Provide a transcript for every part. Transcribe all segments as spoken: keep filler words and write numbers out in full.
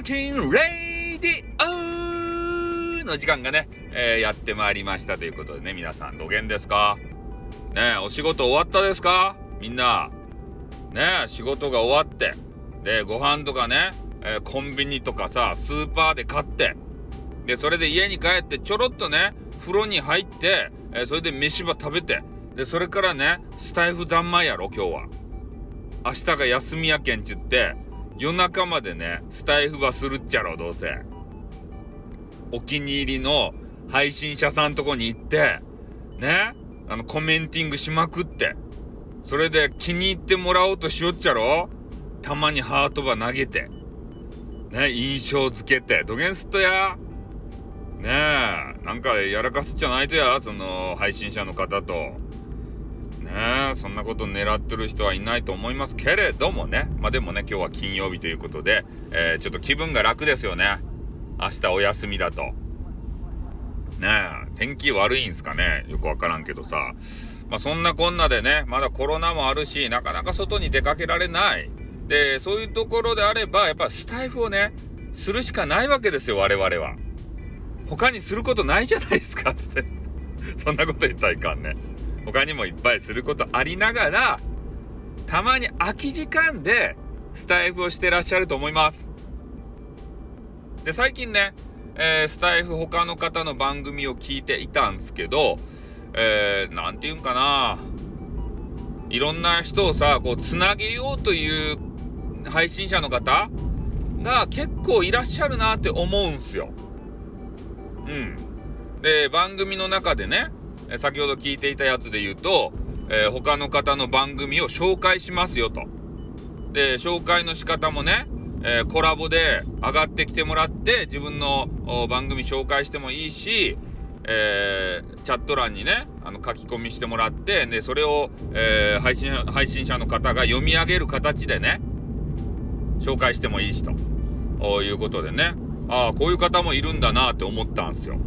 キンレイディオの時間がね、えー、やってまいりましたということでね、皆さんどげんですかね。お仕事終わったですかみんなね。仕事が終わってでご飯とかね、えー、コンビニとかさスーパーで買ってでそれで家に帰ってちょろっとね風呂に入って、えー、それで飯場食べてでそれからねスタイフ三昧やろ今日は。明日が休みやけんちゅって夜中までねスタイフはするっちゃろ。どうせお気に入りの配信者さんとこに行ってねあのコメンティングしまくってそれで気に入ってもらおうとしよっちゃろ。たまにハートば投げてね印象付けてどげんすっとやねえなんかやらかすっちゃないとやその配信者の方とねえそんなこと狙ってる人はいないと思いますけれどもね。まあでもね今日は金曜日ということで、えー、ちょっと気分が楽ですよね。明日お休みだとねえ天気悪いんすかねよくわからんけどさ。まあそんなこんなでねまだコロナもあるしなかなか外に出かけられないでそういうところであればやっぱスタイフをねするしかないわけですよ我々は。他にすることないじゃないですかってそんなこと言ったらいかんね。他にもいっぱいすることありながらたまに空き時間でスタイフをしてらっしゃると思います。で最近ね、えー、スタイフ他の方の番組を聞いていたんすけど、えー、なんていうんかないろんな人をさこうつなげようという配信者の方が結構いらっしゃるなって思うんすよ。うんで番組の中でね先ほど聞いていたやつで言うと、えー、他の方の番組を紹介しますよと。で紹介の仕方もね、えー、コラボで上がってきてもらって自分の番組紹介してもいいし、えー、チャット欄にねあの書き込みしてもらってでそれを、えー、配信配信者の方が読み上げる形でね紹介してもいいしということでねああこういう方もいるんだなって思ったんですよ。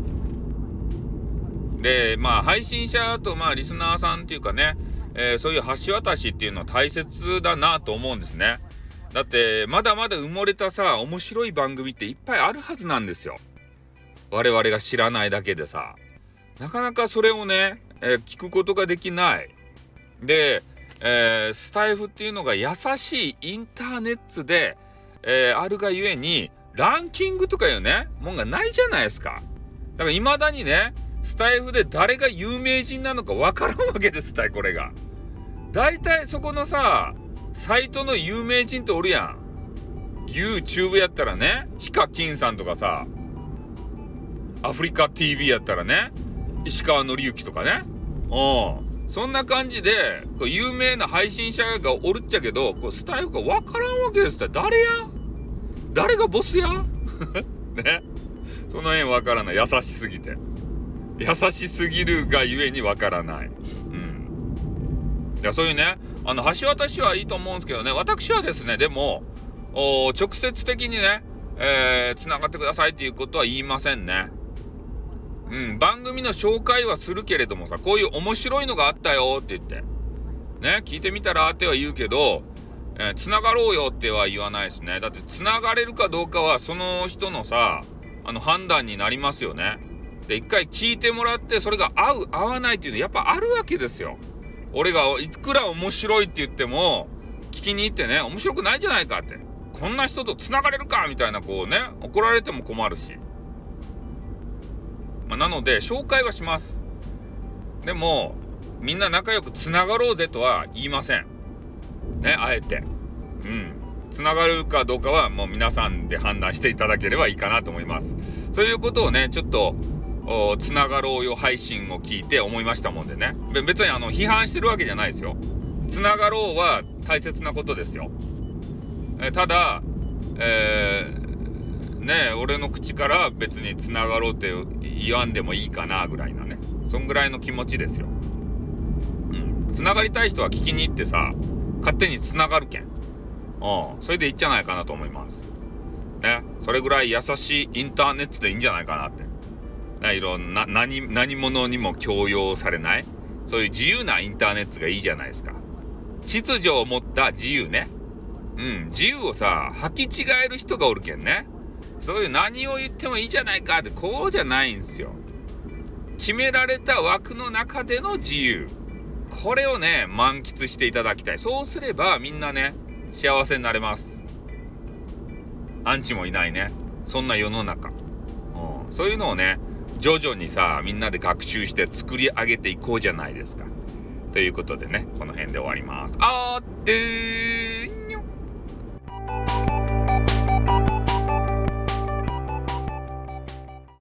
でまあ配信者とまあリスナーさんっていうかね、えー、そういう橋渡しっていうのは大切だなと思うんですね。だってまだまだ埋もれたさ面白い番組っていっぱいあるはずなんですよ。我々が知らないだけでさなかなかそれをね、えー、聞くことができないで、えー、スタイフっていうのが優しいインターネットで、えー、あるがゆえにランキングとかいうねもんがないじゃないですか。だから未だにねスタイフで誰が有名人なのかわからんわけですたいこれが。だいたいそこのさサイトの有名人っておるやん。 YouTube やったらねヒカキンさんとかさアフリカ ティーブイ やったらね石川紀之とかねうんそんな感じでこう有名な配信者がおるっちゃけどこうスタイフがわからんわけですたい。誰や誰がボスやねその辺わからない。優しすぎて優しすぎるがゆえにわからない。うんいやそういうねあの橋渡しはいいと思うんですけどね私はですねでも直接的にね、えー、つながってくださいっていうことは言いませんね。うん番組の紹介はするけれどもさこういう面白いのがあったよって言ってね聞いてみたらっては言うけど、えー、つながろうよっては言わないですね。だってつながれるかどうかはその人のさあの判断になりますよね。で一回聞いてもらってそれが合う合わないっていうのやっぱあるわけですよ。俺がいくら面白いって言っても聞きに行ってね面白くないじゃないかってこんな人と繋がれるかみたいなこうね怒られても困るし、まあ、なので紹介はします。でもみんな仲良く繋がろうぜとは言いませんねあえて。うん繋がるかどうかはもう皆さんで判断していただければいいかなと思います。そういうことをねちょっとつながろうよ配信を聞いて思いましたもんでね別にあの批判してるわけじゃないですよ。つながろうは大切なことですよ。えただ、えー、ねえ俺の口から別につながろうって言わんでもいいかなぐらいなねそんぐらいの気持ちですよ。うんつながりたい人は聞きに行ってさ勝手につながるけんうんそれでいいんじゃないかなと思いますね。それぐらい優しいインターネットでいいんじゃないかなっていろんな何何者にも強要されないそういう自由なインターネットがいいじゃないですか。秩序を持った自由ね。うん自由をさ履き違える人がおるけんねそういう何を言ってもいいじゃないかって、こうじゃないんですよ。決められた枠の中での自由、これをね満喫していただきたい。そうすればみんなね幸せになれます。アンチもいないね、そんな世の中、うん、そういうのをね徐々にさみんなで学習して作り上げていこうじゃないですか。ということでね、この辺で終わります。あーってー